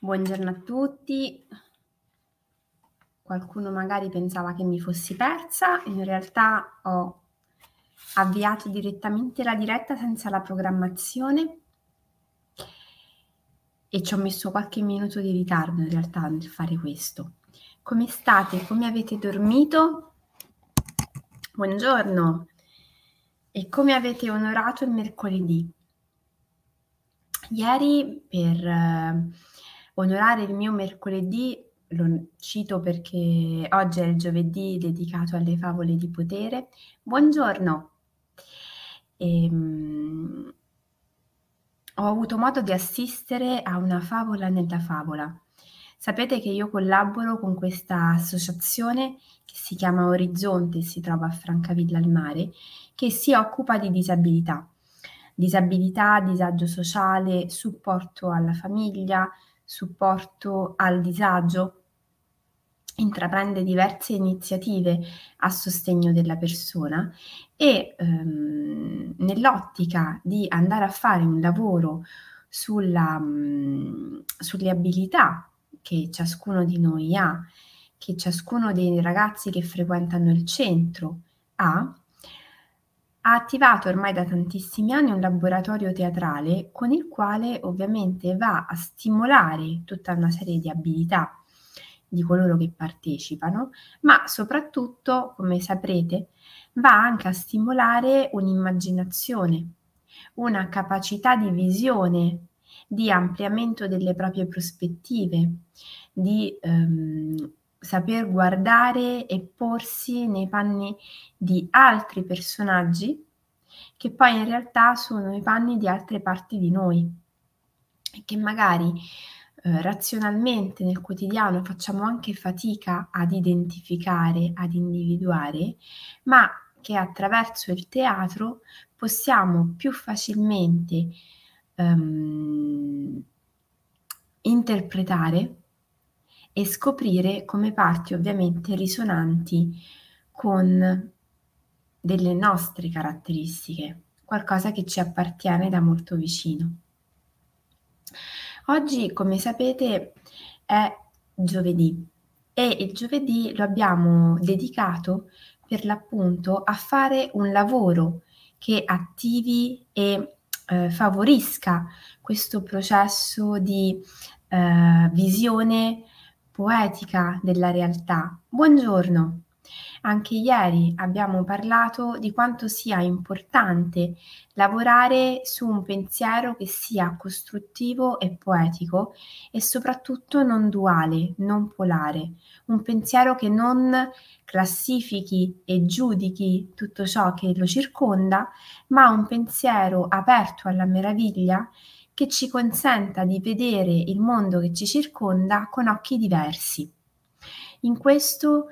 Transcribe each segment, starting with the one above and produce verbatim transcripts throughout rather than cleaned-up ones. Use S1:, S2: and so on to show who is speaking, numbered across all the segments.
S1: Buongiorno a tutti. Qualcuno magari pensava che mi fossi persa, in realtà ho avviato direttamente la diretta senza la programmazione e ci ho messo qualche minuto di ritardo in realtà nel fare questo. Come state? Come avete dormito? Buongiorno. E come avete onorato il mercoledì? Ieri per eh, onorare il mio mercoledì, lo cito perché oggi è il giovedì dedicato alle favole di potere. Buongiorno. Ehm, ho avuto modo di assistere a una favola nella favola. Sapete che io collaboro con questa associazione che si chiama Orizzonte e si trova a Francavilla al Mare, che si occupa di disabilità. Disabilità, disagio sociale, supporto alla famiglia, supporto al disagio. Intraprende diverse iniziative a sostegno della persona e ehm, nell'ottica di andare a fare un lavoro sulla, mh, sulle abilità che ciascuno di noi ha, che ciascuno dei ragazzi che frequentano il centro ha, ha attivato ormai da tantissimi anni un laboratorio teatrale con il quale ovviamente va a stimolare tutta una serie di abilità di coloro che partecipano, ma soprattutto, come saprete, va anche a stimolare un'immaginazione, una capacità di visione, di ampliamento delle proprie prospettive, di ehm, saper guardare e porsi nei panni di altri personaggi che poi in realtà sono i panni di altre parti di noi e che magari eh, razionalmente nel quotidiano facciamo anche fatica ad identificare, ad individuare, ma che attraverso il teatro possiamo più facilmente ehm, interpretare e scoprire come parti ovviamente risonanti con delle nostre caratteristiche, qualcosa che ci appartiene da molto vicino. Oggi, come sapete, è giovedì e il giovedì lo abbiamo dedicato per l'appunto a fare un lavoro che attivi e eh, favorisca questo processo di eh, visione poetica della realtà. Buongiorno. Anche ieri abbiamo parlato di quanto sia importante lavorare su un pensiero che sia costruttivo e poetico e soprattutto non duale, non polare, un pensiero che non classifichi e giudichi tutto ciò che lo circonda, ma un pensiero aperto alla meraviglia che ci consenta di vedere il mondo che ci circonda con occhi diversi. In questo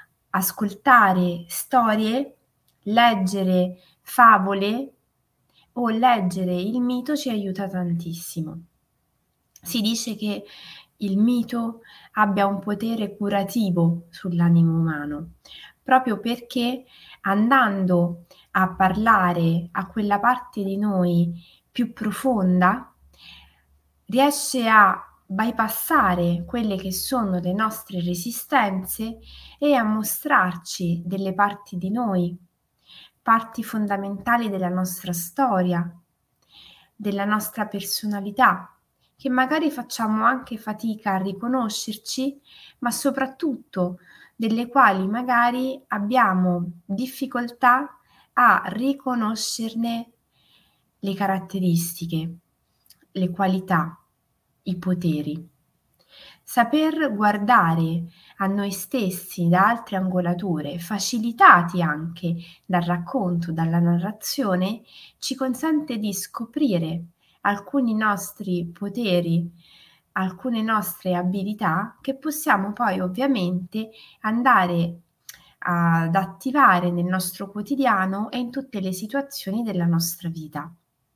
S1: ascoltare storie, leggere favole o leggere il mito ci aiuta tantissimo. Si dice che il mito abbia un potere curativo sull'animo umano, proprio perché andando a parlare a quella parte di noi più profonda, riesce a bypassare quelle che sono le nostre resistenze e a mostrarci delle parti di noi, parti fondamentali della nostra storia, della nostra personalità, che magari facciamo anche fatica a riconoscerci, ma soprattutto delle quali magari abbiamo difficoltà a riconoscerne le caratteristiche, le qualità, i poteri. Saper guardare a noi stessi da altre angolature, facilitati anche dal racconto, dalla narrazione, ci consente di scoprire alcuni nostri poteri, alcune nostre abilità che possiamo poi ovviamente andare ad attivare nel nostro quotidiano e in tutte le situazioni della nostra vita.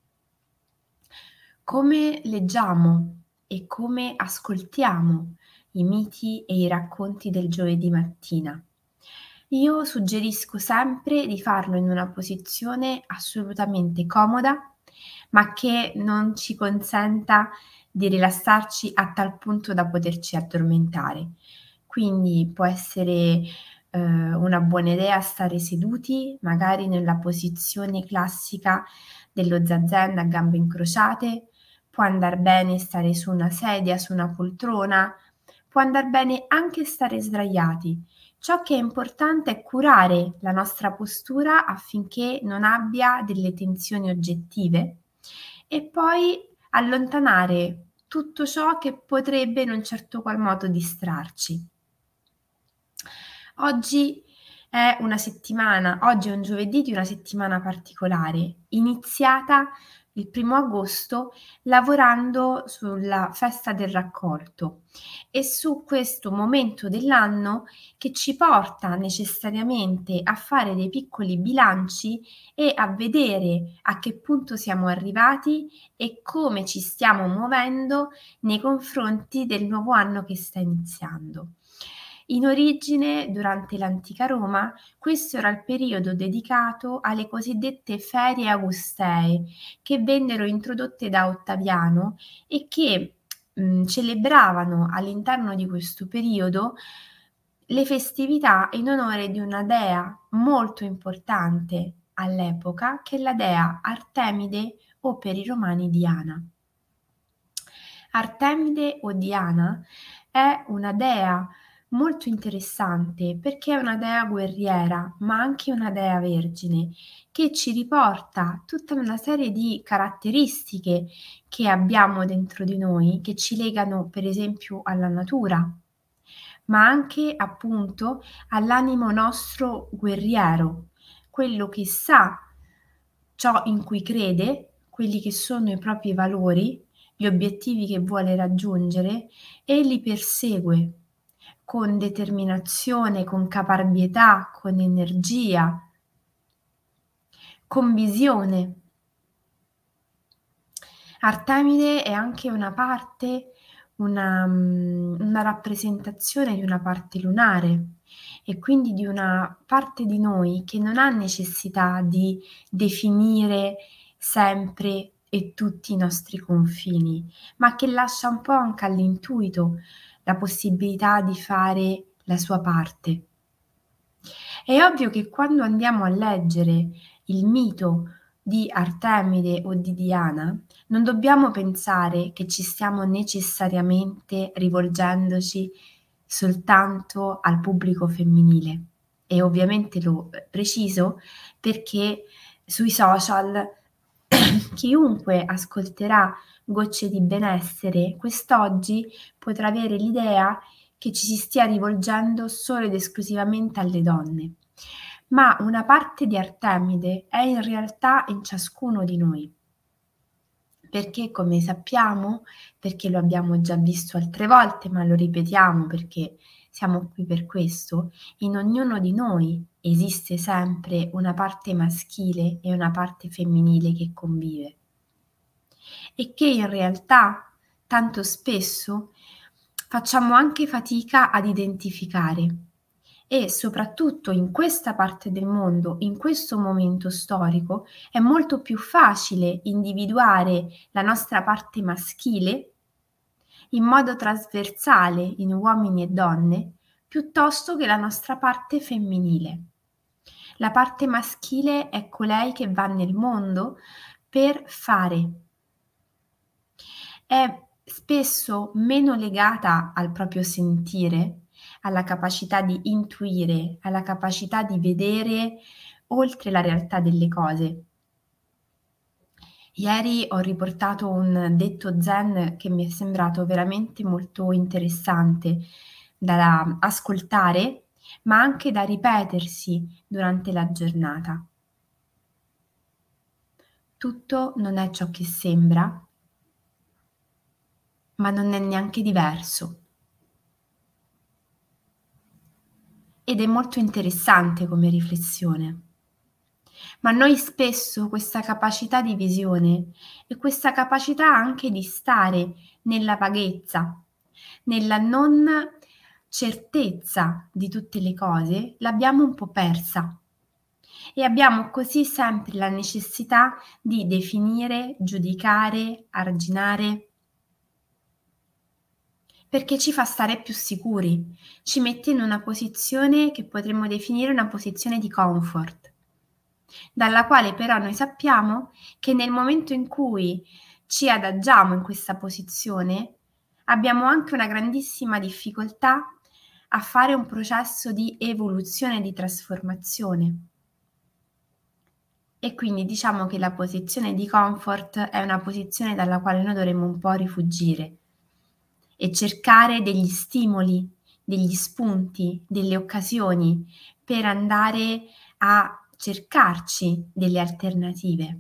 S1: Come leggiamo e come ascoltiamo i miti e i racconti del giovedì mattina? Io suggerisco sempre di farlo in una posizione assolutamente comoda, ma che non ci consenta di rilassarci a tal punto da poterci addormentare. Quindi può essere, uhm, una buona idea stare seduti, magari nella posizione classica dello zazen a gambe incrociate, può andar bene stare su una sedia, su una poltrona, può andar bene anche stare sdraiati. Ciò che è importante è curare la nostra postura affinché non abbia delle tensioni oggettive e poi allontanare tutto ciò che potrebbe in un certo qual modo distrarci. Oggi è una settimana oggi è un giovedì di una settimana particolare, iniziata il primo agosto lavorando sulla festa del raccolto e su questo momento dell'anno che ci porta necessariamente a fare dei piccoli bilanci e a vedere a che punto siamo arrivati e come ci stiamo muovendo nei confronti del nuovo anno che sta iniziando. In origine, durante l'antica Roma, questo era il periodo dedicato alle cosiddette ferie augustee, che vennero introdotte da Ottaviano e che, mhmm, celebravano all'interno di questo periodo le festività in onore di una dea molto importante all'epoca, che è la dea Artemide o per i romani Diana. Artemide o Diana è una dea molto interessante perché è una dea guerriera, ma anche una dea vergine, che ci riporta tutta una serie di caratteristiche che abbiamo dentro di noi, che ci legano per esempio alla natura, ma anche appunto all'animo nostro guerriero, quello che sa ciò in cui crede, quelli che sono i propri valori, gli obiettivi che vuole raggiungere e li persegue con determinazione, con caparbietà, con energia, con visione. Artemide è anche una parte, una mhmm, una rappresentazione di una parte lunare e quindi di una parte di noi che non ha necessità di definire sempre e tutti i nostri confini, ma che lascia un po' anche all'intuito la possibilità di fare la sua parte. È ovvio che quando andiamo a leggere il mito di Artemide o di Diana, non dobbiamo pensare che ci stiamo necessariamente rivolgendoci soltanto al pubblico femminile. E ovviamente lo, ehm, preciso perché sui social chiunque ascolterà Gocce di benessere quest'oggi potrà avere l'idea che ci si stia rivolgendo solo ed esclusivamente alle donne, ma una parte di Artemide è in realtà in ciascuno di noi. Perché come sappiamo, perché lo abbiamo già visto altre volte, ma lo ripetiamo perché siamo qui per questo, in ognuno di noi esiste sempre una parte maschile e una parte femminile che convive e che in realtà tanto spesso facciamo anche fatica ad identificare e soprattutto in questa parte del mondo, in questo momento storico, è molto più facile individuare la nostra parte maschile in modo trasversale in uomini e donne, piuttosto che la nostra parte femminile. La parte maschile è colei che va nel mondo per fare. È spesso meno legata al proprio sentire, alla capacità di intuire, alla capacità di vedere oltre la realtà delle cose. Ieri ho riportato un detto zen che mi è sembrato veramente molto interessante da ascoltare, ma anche da ripetersi durante la giornata. Tutto non è ciò che sembra, ma non è neanche diverso. Ed è molto interessante come riflessione. Ma noi spesso questa capacità di visione e questa capacità anche di stare nella vaghezza, nella non certezza di tutte le cose, l'abbiamo un po' persa e abbiamo così sempre la necessità di definire, giudicare, arginare perché ci fa stare più sicuri, ci mette in una posizione che potremmo definire una posizione di comfort, dalla quale però noi sappiamo che nel momento in cui ci adagiamo in questa posizione abbiamo anche una grandissima difficoltà a fare un processo di evoluzione e di trasformazione. E quindi diciamo che la posizione di comfort è una posizione dalla quale noi dovremmo un po' rifugire e cercare degli stimoli, degli spunti, delle occasioni per andare a cercarci delle alternative.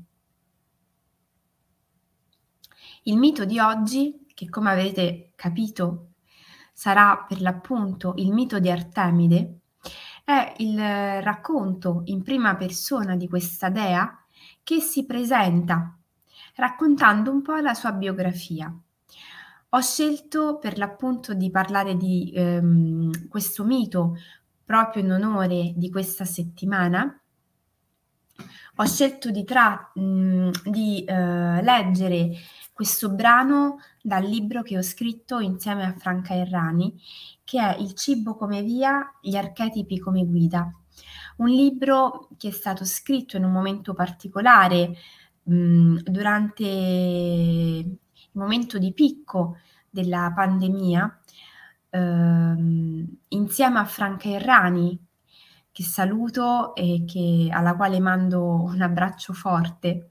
S1: Il mito di oggi, che come avete capito sarà per l'appunto il mito di Artemide, è il racconto in prima persona di questa dea che si presenta raccontando un po' la sua biografia. Ho scelto per l'appunto di parlare di ehm, questo mito proprio in onore di questa settimana. Ho scelto di, tra- mh, di eh, leggere questo brano dal libro che ho scritto insieme a Franca Errani, che è Il cibo come via, gli archetipi come guida. Un libro che è stato scritto in un momento particolare, mh, durante il momento di picco della pandemia, ehm, insieme a Franca Errani, che saluto e che, alla quale mando un abbraccio forte,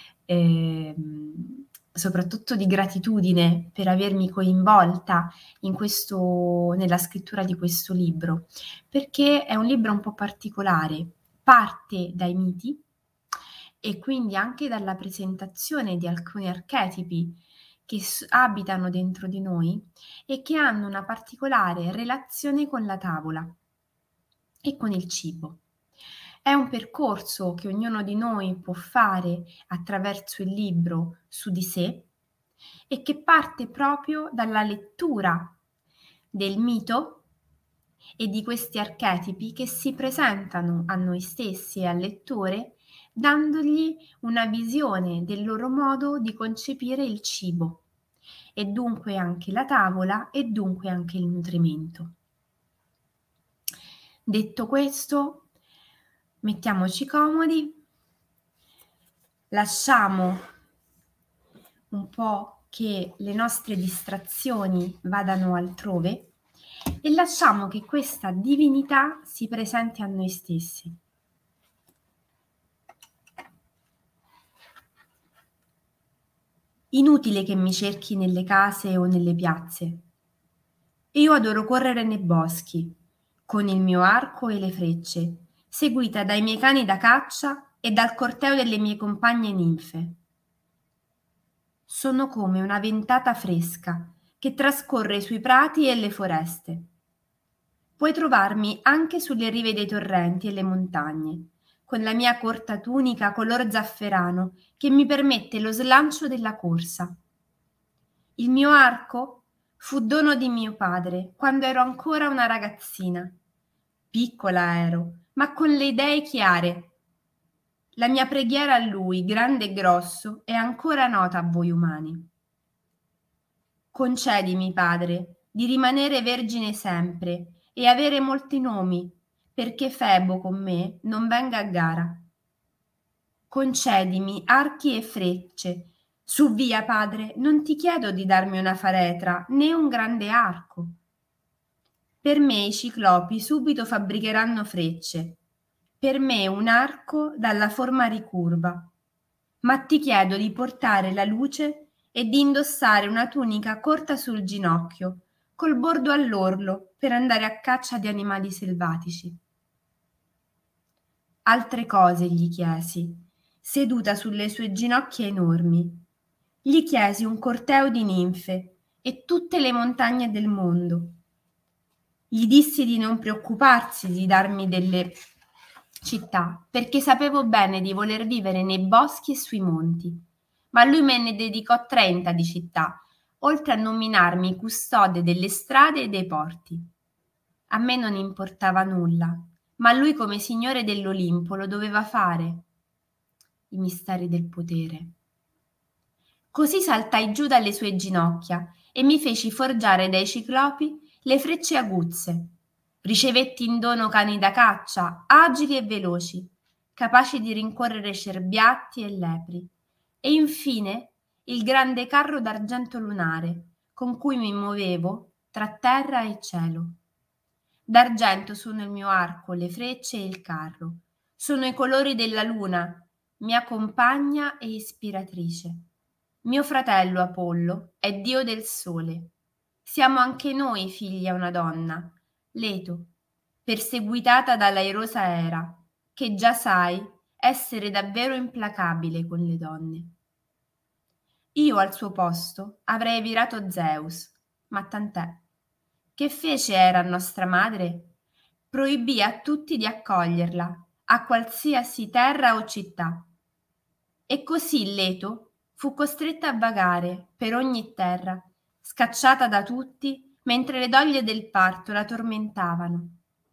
S1: ehm, soprattutto di gratitudine per avermi coinvolta in questo, nella scrittura di questo libro, perché è un libro un po' particolare, parte dai miti e quindi anche dalla presentazione di alcuni archetipi che s- abitano dentro di noi e che hanno una particolare relazione con la tavola e con il cibo. È un percorso che ognuno di noi può fare attraverso il libro su di sé e che parte proprio dalla lettura del mito e di questi archetipi che si presentano a noi stessi e al lettore, dandogli una visione del loro modo di concepire il cibo e dunque anche la tavola e dunque anche il nutrimento. Detto questo, mettiamoci comodi, lasciamo un po' che le nostre distrazioni vadano altrove e lasciamo che questa divinità si presenti a noi stessi. Inutile che mi cerchi nelle case o nelle piazze. Io adoro correre nei boschi, con il mio arco e le frecce, seguita dai miei cani da caccia e dal corteo delle mie compagne ninfe. Sono come una ventata fresca che trascorre sui prati e le foreste. Puoi trovarmi anche sulle rive dei torrenti e le montagne, con la mia corta tunica color zafferano che mi permette lo slancio della corsa. Il mio arco fu dono di mio padre quando ero ancora una ragazzina. Piccola ero, ma con le idee chiare. La mia preghiera a lui, grande e grosso, è ancora nota a voi umani. Concedimi, padre, di rimanere vergine sempre e avere molti nomi, perché Febo con me non venga a gara. Concedimi archi e frecce. Su via, padre, non ti chiedo di darmi una faretra né un grande arco. Per me i ciclopi subito fabbricheranno frecce, per me un arco dalla forma ricurva. Ma ti chiedo di portare la luce e di indossare una tunica corta sul ginocchio, col bordo all'orlo, per andare a caccia di animali selvatici. Altre cose gli chiesi, seduta sulle sue ginocchia enormi. Gli chiesi un corteo di ninfe e tutte le montagne del mondo. Gli dissi di non preoccuparsi di darmi delle città, perché sapevo bene di voler vivere nei boschi e sui monti. Ma lui me ne dedicò trenta di città, oltre a nominarmi custode delle strade e dei porti. A me non importava nulla, ma lui come signore dell'Olimpo lo doveva fare. I misteri del potere. Così saltai giù dalle sue ginocchia e mi feci forgiare dai ciclopi le frecce aguzze. Ricevetti in dono cani da caccia, agili e veloci, capaci di rincorrere cerbiatti e lepri, e infine il grande carro d'argento lunare, con cui mi muovevo tra terra e cielo. D'argento sono il mio arco, le frecce e il carro. Sono i colori della luna, mia compagna e ispiratrice. Mio fratello Apollo è dio del sole. Siamo anche noi figli a una donna, Leto, perseguitata dall'airosa Era, che già sai essere davvero implacabile con le donne. Io al suo posto avrei virato Zeus, ma tant'è. Che fece Era nostra madre? Proibì a tutti di accoglierla, a qualsiasi terra o città. E così Leto fu costretta a vagare per ogni terra, scacciata da tutti, mentre le doglie del parto la tormentavano.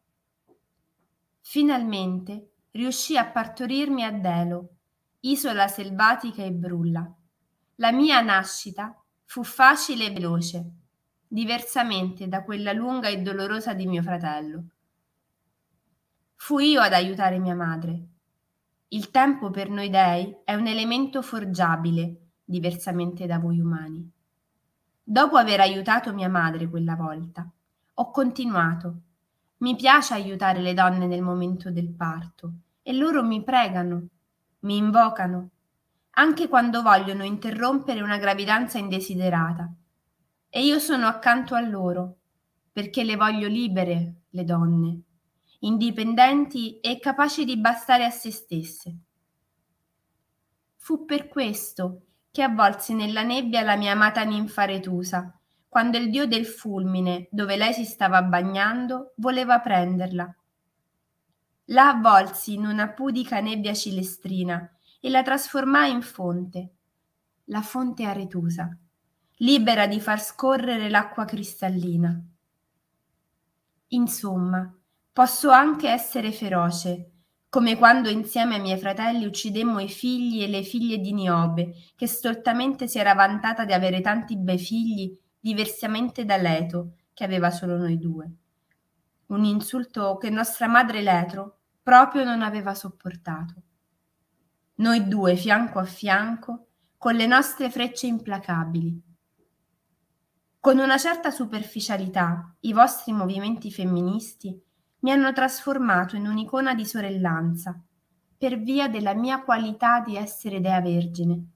S1: Finalmente riuscì a partorirmi a Delo, isola selvatica e brulla. La mia nascita fu facile e veloce, diversamente da quella lunga e dolorosa di mio fratello. Fui io ad aiutare mia madre. Il tempo per noi dei è un elemento forgiabile, diversamente da voi umani. Dopo aver aiutato mia madre quella volta, ho continuato. Mi piace aiutare le donne nel momento del parto e loro mi pregano, mi invocano, anche quando vogliono interrompere una gravidanza indesiderata. E io sono accanto a loro, perché le voglio libere, le donne, indipendenti e capaci di bastare a se stesse. Fu per questo che avvolsi nella nebbia la mia amata ninfa Retusa, quando il dio del fulmine, dove lei si stava bagnando, voleva prenderla. La avvolsi in una pudica nebbia cilestrina e la trasformai in fonte, la fonte aretusa, libera di far scorrere l'acqua cristallina. Insomma, posso anche essere feroce, come quando insieme ai miei fratelli uccidemmo i figli e le figlie di Niobe, che stoltamente si era vantata di avere tanti bei figli, diversamente da Leto, che aveva solo noi due. Un insulto che nostra madre Letro proprio non aveva sopportato. Noi due, fianco a fianco, con le nostre frecce implacabili. Con una certa superficialità, i vostri movimenti femministi mi hanno trasformato in un'icona di sorellanza, per via della mia qualità di essere Dea Vergine.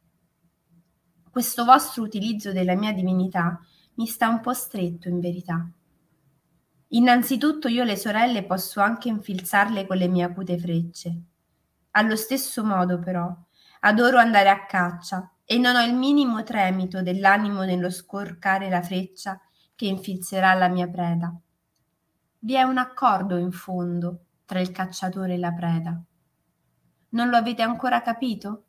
S1: Questo vostro utilizzo della mia divinità mi sta un po' stretto, in verità. Innanzitutto io le sorelle posso anche infilzarle con le mie acute frecce. Allo stesso modo, però, adoro andare a caccia e non ho il minimo tremito dell'animo nello scorcare la freccia che infilzerà la mia preda. Vi è un accordo in fondo tra il cacciatore e la preda. Non lo avete ancora capito?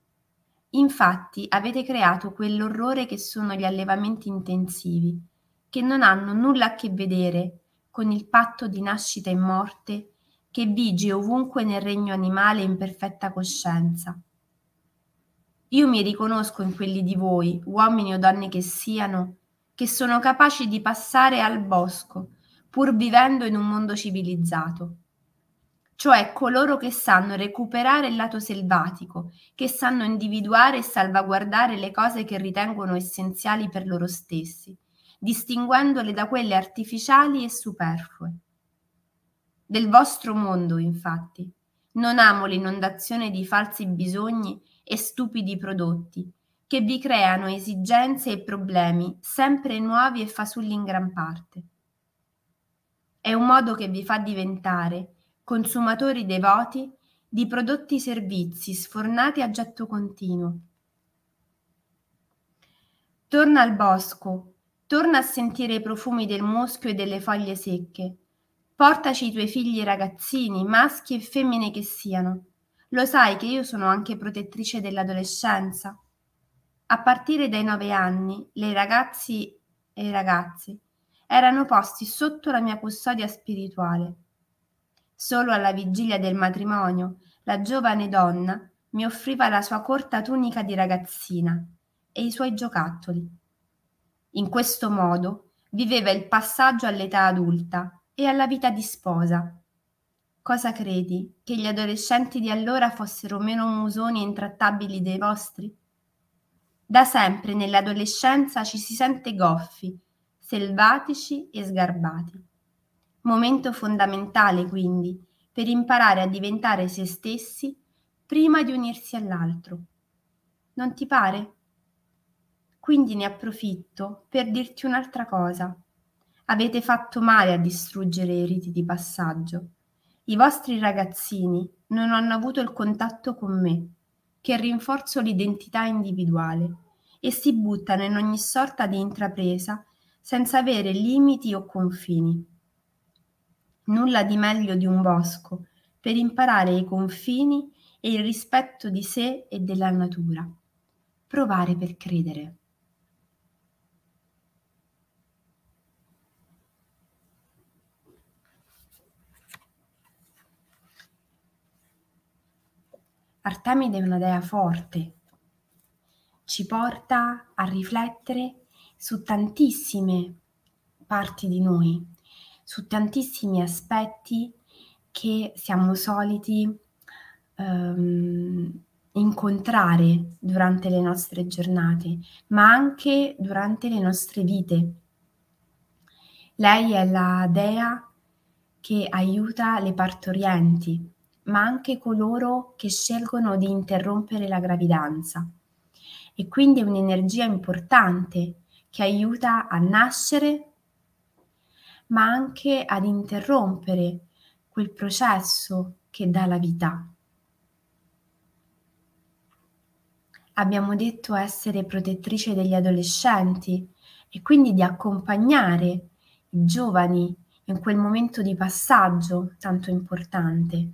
S1: Infatti avete creato quell'orrore che sono gli allevamenti intensivi, che non hanno nulla a che vedere con il patto di nascita e morte che vige ovunque nel regno animale in perfetta coscienza. Io mi riconosco in quelli di voi, uomini o donne che siano, che sono capaci di passare al bosco, pur vivendo in un mondo civilizzato. Cioè coloro che sanno recuperare il lato selvatico, che sanno individuare e salvaguardare le cose che ritengono essenziali per loro stessi, distinguendole da quelle artificiali e superflue. Del vostro mondo, infatti, non amo l'inondazione di falsi bisogni e stupidi prodotti, che vi creano esigenze e problemi sempre nuovi e fasulli in gran parte. È un modo che vi fa diventare consumatori devoti di prodotti servizi sfornati a getto continuo. Torna al bosco, torna a sentire i profumi del muschio e delle foglie secche. Portaci i tuoi figli ragazzini, maschi e femmine che siano. Lo sai che io sono anche protettrice dell'adolescenza. A partire dai nove anni, le ragazzi e i ragazzi erano posti sotto la mia custodia spirituale. Solo alla vigilia del matrimonio, la giovane donna mi offriva la sua corta tunica di ragazzina e i suoi giocattoli. In questo modo viveva il passaggio all'età adulta e alla vita di sposa. Cosa credi? Che gli adolescenti di allora fossero meno musoni e intrattabili dei vostri? Da sempre nell'adolescenza ci si sente goffi, selvatici e sgarbati. Momento fondamentale, quindi, per imparare a diventare se stessi prima di unirsi all'altro. Non ti pare? Quindi ne approfitto per dirti un'altra cosa. Avete fatto male a distruggere i riti di passaggio. I vostri ragazzini non hanno avuto il contatto con me, che rinforzo l'identità individuale, e si buttano in ogni sorta di intrapresa senza avere limiti o confini. Nulla di meglio di un bosco per imparare i confini e il rispetto di sé e della natura. Provare per credere. Artemide è una dea forte, ci porta a riflettere su tantissime parti di noi, su tantissimi aspetti che siamo soliti ehm, incontrare durante le nostre giornate, ma anche durante le nostre vite. Lei è la dea che aiuta le partorienti, ma anche coloro che scelgono di interrompere la gravidanza. E quindi è un'energia importante che aiuta a nascere, ma anche ad interrompere quel processo che dà la vita. Abbiamo detto essere protettrice degli adolescenti e quindi di accompagnare i giovani in quel momento di passaggio tanto importante.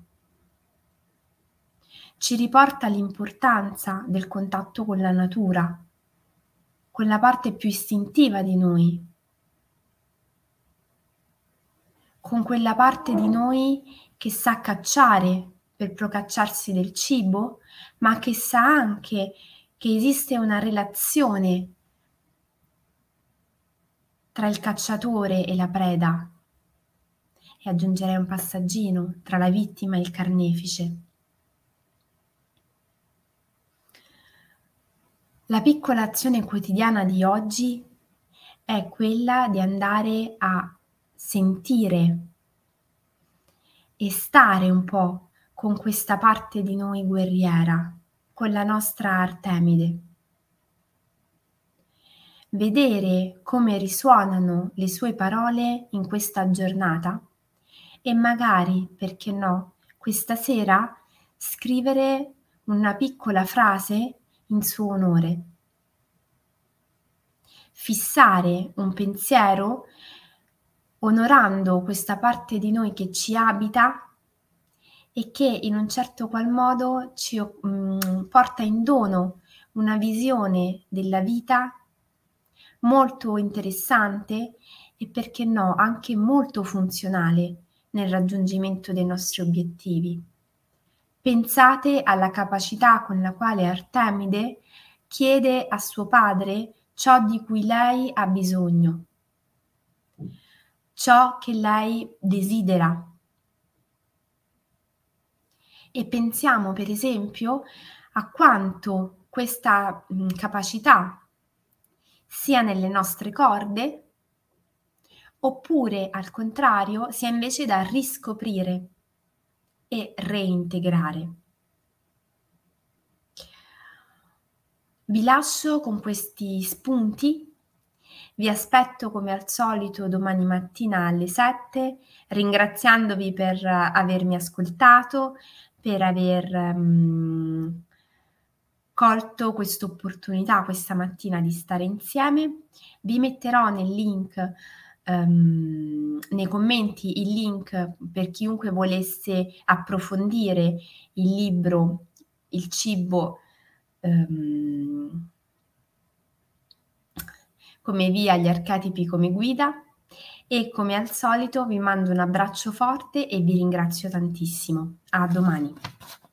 S1: Ci riporta l'importanza del contatto con la natura, quella parte più istintiva di noi, con quella parte di noi che sa cacciare per procacciarsi del cibo, ma che sa anche che esiste una relazione tra il cacciatore e la preda, e aggiungerei un passaggino tra la vittima e il carnefice. La piccola azione quotidiana di oggi è quella di andare a sentire e stare un po' con questa parte di noi guerriera, con la nostra Artemide. Vedere come risuonano le sue parole in questa giornata e magari, perché no, questa sera scrivere una piccola frase in suo onore. Fissare un pensiero onorando questa parte di noi che ci abita e che in un certo qual modo ci mh, porta in dono una visione della vita molto interessante e, perché no, anche molto funzionale nel raggiungimento dei nostri obiettivi. Pensate alla capacità con la quale Artemide chiede a suo padre ciò di cui lei ha bisogno, ciò che lei desidera. E pensiamo per esempio a quanto questa mh, capacità sia nelle nostre corde, oppure al contrario sia invece da riscoprire e reintegrare. Vi lascio con questi spunti, vi aspetto come al solito domani mattina alle sette, ringraziandovi per avermi ascoltato, per aver um, colto questa opportunità questa mattina di stare insieme. Vi metterò nel link um, nei commenti il link per chiunque volesse approfondire il libro Il cibo um, come via, gli archetipi come guida, e come al solito vi mando un abbraccio forte e vi ringrazio tantissimo. A domani.